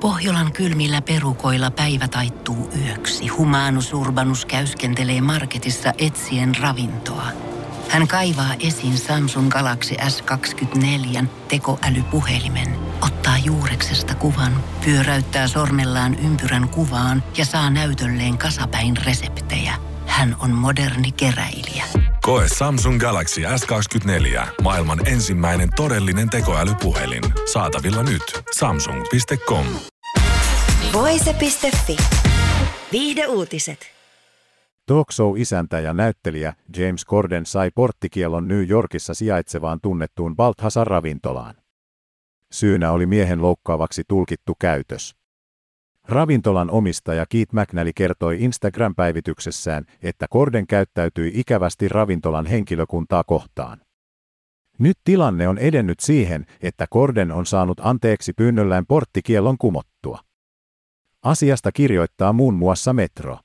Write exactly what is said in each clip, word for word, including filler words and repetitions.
Pohjolan kylmillä perukoilla päivä taittuu yöksi. Humanus Urbanus käyskentelee marketissa etsien ravintoa. Hän kaivaa esiin Samsung Galaxy S kaksikymmentäneljä tekoälypuhelimen, ottaa juureksesta kuvan, pyöräyttää sormellaan ympyrän kuvaan ja saa näytölleen kasapäin reseptejä. Hän on moderni keräilijä. Koe Samsung Galaxy S kaksikymmentäneljä, maailman ensimmäinen todellinen tekoälypuhelin. Saatavilla nyt. samsung piste com. Voise piste fi. Viihdeuutiset. Talkshow-isäntä ja näyttelijä James Corden sai porttikiellon New Yorkissa sijaitsevaan tunnettuun Balthazar-ravintolaan. Syynä oli miehen loukkaavaksi tulkittu käytös. Ravintolan omistaja Keith McNally kertoi Instagram-päivityksessään, että Corden käyttäytyi ikävästi ravintolan henkilökuntaa kohtaan. Nyt tilanne on edennyt siihen, että Corden on saanut anteeksi pyynnöllään porttikiellon kumottua. Asiasta kirjoittaa muun muassa Metro.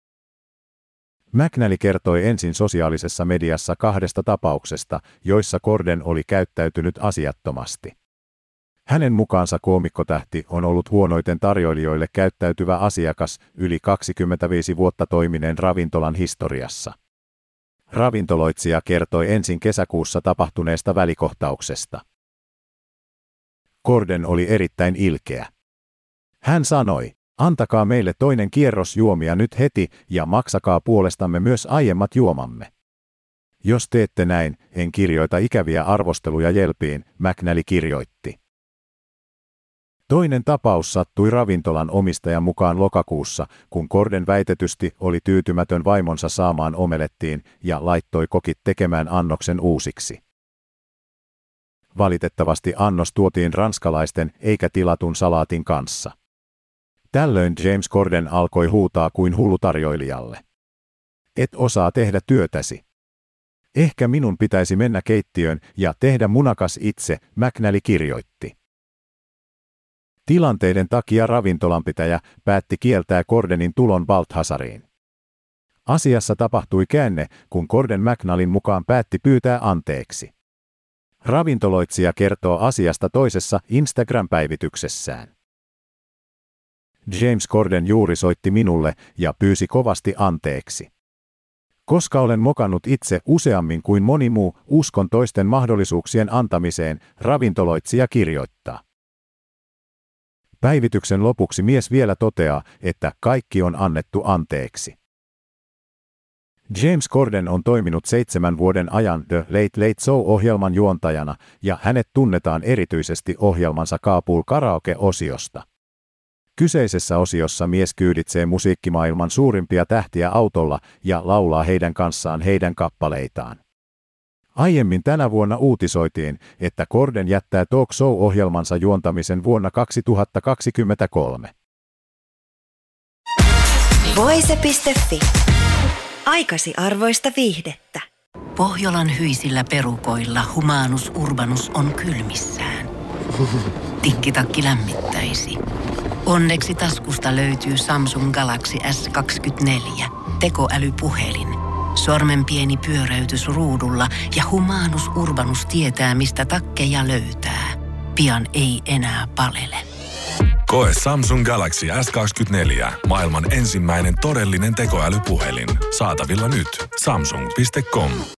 McNally kertoi ensin sosiaalisessa mediassa kahdesta tapauksesta, joissa Corden oli käyttäytynyt asiattomasti. Hänen mukaansa koomikkotähti on ollut huonoiten tarjoilijoille käyttäytyvä asiakas yli kaksikymmentäviisi vuotta toimineen ravintolan historiassa. Ravintoloitsija kertoi ensin kesäkuussa tapahtuneesta välikohtauksesta. Corden oli erittäin ilkeä. Hän sanoi, antakaa meille toinen kierros juomia nyt heti ja maksakaa puolestamme myös aiemmat juomamme. Jos teette näin, en kirjoita ikäviä arvosteluja Yelpiin, McNally kirjoitti. Toinen tapaus sattui ravintolan omistajan mukaan lokakuussa, kun Corden väitetysti oli tyytymätön vaimonsa saamaan omelettiin ja laittoi kokit tekemään annoksen uusiksi. Valitettavasti annos tuotiin ranskalaisten eikä tilatun salaatin kanssa. Tällöin James Corden alkoi huutaa kuin hullu tarjoilijalle. Et osaa tehdä työtäsi. Ehkä minun pitäisi mennä keittiöön ja tehdä munakas itse, McNally kirjoitti. Tilanteiden takia ravintolanpitäjä päätti kieltää Cordenin tulon Balthazariin. Asiassa tapahtui käänne, kun Corden McNallyn mukaan päätti pyytää anteeksi. Ravintoloitsija kertoo asiasta toisessa Instagram-päivityksessään. James Corden juuri soitti minulle ja pyysi kovasti anteeksi. Koska olen mokannut itse useammin kuin moni muu, uskon toisten mahdollisuuksien antamiseen, ravintoloitsija kirjoittaa. Päivityksen lopuksi mies vielä toteaa, että kaikki on annettu anteeksi. James Corden on toiminut seitsemän vuoden ajan The Late Late Show-ohjelman juontajana ja hänet tunnetaan erityisesti ohjelmansa Kabul Karaoke-osiosta. Kyseisessä osiossa mies kyyditsee musiikkimaailman suurimpia tähtiä autolla ja laulaa heidän kanssaan heidän kappaleitaan. Aiemmin tänä vuonna uutisoitiin, että Corden jättää Talk Show-ohjelmansa juontamisen vuonna kaksituhattakaksikymmentäkolme. Voise piste fi. Aikasi arvoista viihdettä. Pohjolan hyisillä perukoilla Humanus Urbanus on kylmissään. Tikkitakki lämmittäisi. Onneksi taskusta löytyy Samsung Galaxy S kaksikymmentäneljä, tekoälypuhelin. Sormen pieni pyöräytys ruudulla ja Humanus Urbanus tietää, mistä takkeja löytää. Pian ei enää palele. Koe Samsung Galaxy S kaksikymmentäneljä, maailman ensimmäinen todellinen tekoälypuhelin. Saatavilla nyt. samsung piste com.